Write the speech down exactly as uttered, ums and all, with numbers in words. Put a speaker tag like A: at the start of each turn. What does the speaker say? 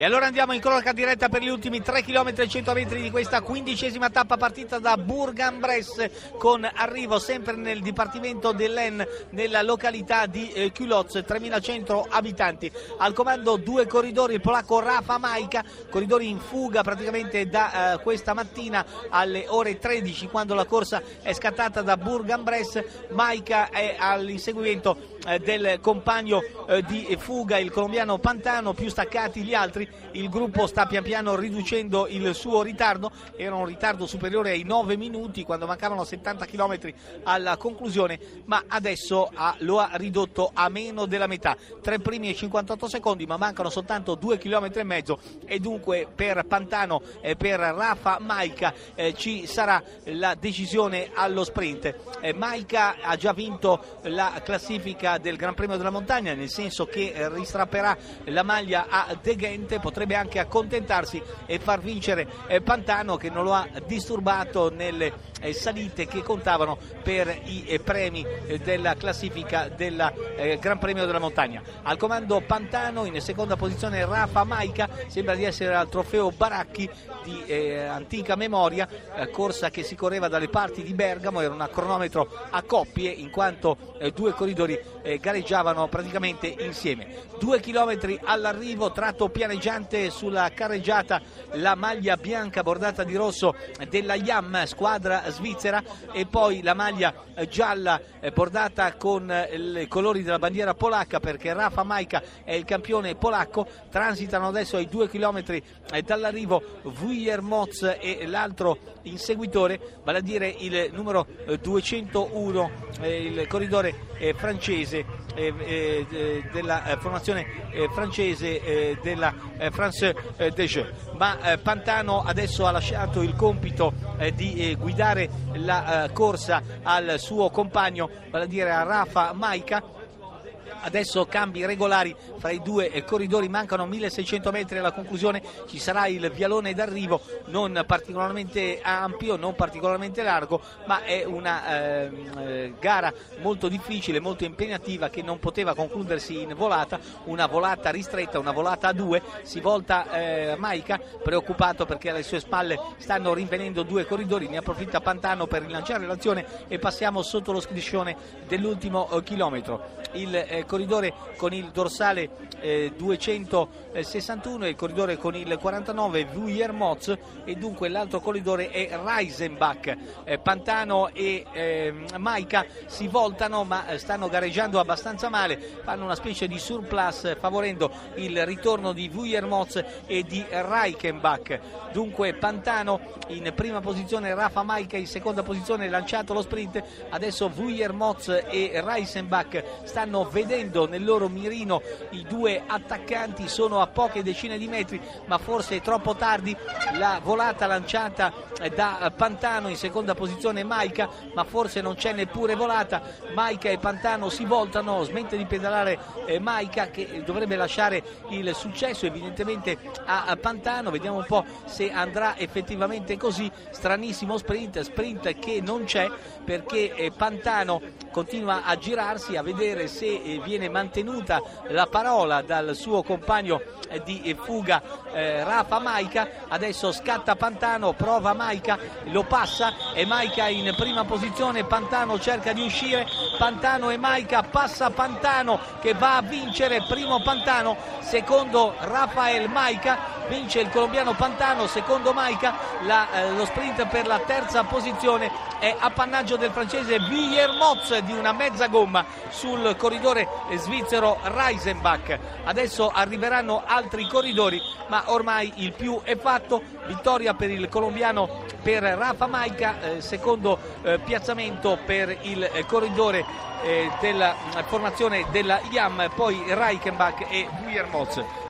A: E allora andiamo in cronaca diretta per gli ultimi tre chilometri e cento metri di questa quindicesima tappa partita da Bourg-en-Bresse, con arrivo sempre nel dipartimento dell'Aisne, nella località di eh, Culoz, tremilacento abitanti. Al comando due corridori, il polacco Rafał Majka, corridori in fuga praticamente da eh, questa mattina alle ore tredici, quando la corsa è scattata da Bourg-en-Bresse. Majka è all'inseguimento eh, del compagno eh, di fuga, il colombiano Pantano, più staccati gli altri. Il gruppo sta pian piano riducendo il suo ritardo, era un ritardo superiore ai nove minuti quando mancavano settanta chilometri alla conclusione, ma adesso ha, lo ha ridotto a meno della metà, tre primi e cinquantotto secondi, ma mancano soltanto due chilometri e mezzo, e dunque per Pantano e per Rafał Majka eh, ci sarà la decisione allo sprint. Eh, Majka ha già vinto la classifica del Gran Premio della Montagna, nel senso che eh, ristrapperà la maglia a De Ghent, potrebbe anche accontentarsi e far vincere eh, Pantano, che non lo ha disturbato nelle eh, salite che contavano per i eh, premi eh, della classifica del eh, Gran Premio della Montagna. Al comando Pantano, in seconda posizione Rafał Majka, sembra di essere al trofeo Baracchi di eh, antica memoria, eh, corsa che si correva dalle parti di Bergamo, era un cronometro a coppie in quanto eh, due corridori eh, gareggiavano praticamente insieme. Due chilometri all'arrivo, tratto pianeggiante sulla carreggiata, la maglia bianca bordata di rosso della Jam, squadra svizzera, e poi la maglia gialla bordata con i colori della bandiera polacca, perché Rafał Majka è il campione polacco. Transitano adesso ai due chilometri dall'arrivo Vuillermoz e l'altro inseguitore, vale a dire il numero duecentouno, il corridore francese della formazione francese della France des Jeux. Ma Pantano adesso ha lasciato il compito di guidare la corsa al suo compagno, vale a dire a Rafał Majka. Adesso cambi regolari fra i due corridori, mancano milleseicento metri alla conclusione, ci sarà il vialone d'arrivo, non particolarmente ampio, non particolarmente largo, ma è una eh, gara molto difficile, molto impegnativa, che non poteva concludersi in volata, una volata ristretta, una volata a due. Si volta eh, Majka, preoccupato perché alle sue spalle stanno rinvenendo due corridori, ne approfitta Pantano per rilanciare l'azione e passiamo sotto lo striscione dell'ultimo eh, chilometro. Il eh, corridore con il dorsale eh, duecentosessantuno e il corridore con il quarantanove Vuillermoz, e dunque l'altro corridore è Reisenbach. eh, Pantano e eh, Majka si voltano, ma stanno gareggiando abbastanza male, fanno una specie di surplus favorendo il ritorno di Vuillermoz e di Reichenbach. Dunque Pantano in prima posizione, Rafał Majka in seconda posizione, lanciato lo sprint. Adesso Vuillermoz e Reisenbach stanno vedendo nel loro mirino i due attaccanti, sono a poche decine di metri, ma forse è troppo tardi. La volata lanciata da Pantano, in seconda posizione Majka, ma forse non c'è neppure volata. Majka e Pantano si voltano, smette di pedalare eh, Majka, che dovrebbe lasciare il successo evidentemente a, a Pantano. Vediamo un po' se andrà effettivamente così. Stranissimo sprint, sprint che non c'è, perché eh, Pantano continua a girarsi a vedere se eh, viene mantenuta la parola dal suo compagno eh, di fuga eh, Rafał Majka. Adesso scatta Pantano, prova Majka, lo passa, e Majka in prima posizione, Pantano cerca di uscire, Pantano e Majka, passa Pantano che va a vincere, primo Pantano, secondo Rafał Majka, vince il colombiano Pantano, secondo Majka. La, eh, lo sprint per la terza posizione è appannaggio del francese Vuillermoz di una mezza gomma sul corridore svizzero Reisenbach. Adesso arriveranno altri corridori, ma ormai il più è fatto. Vittoria per il colombiano, per Rafał Majka, eh, secondo eh, piazzamento per il eh, corridore eh, della formazione della Jam, poi Reichenbach e Vuillermoz.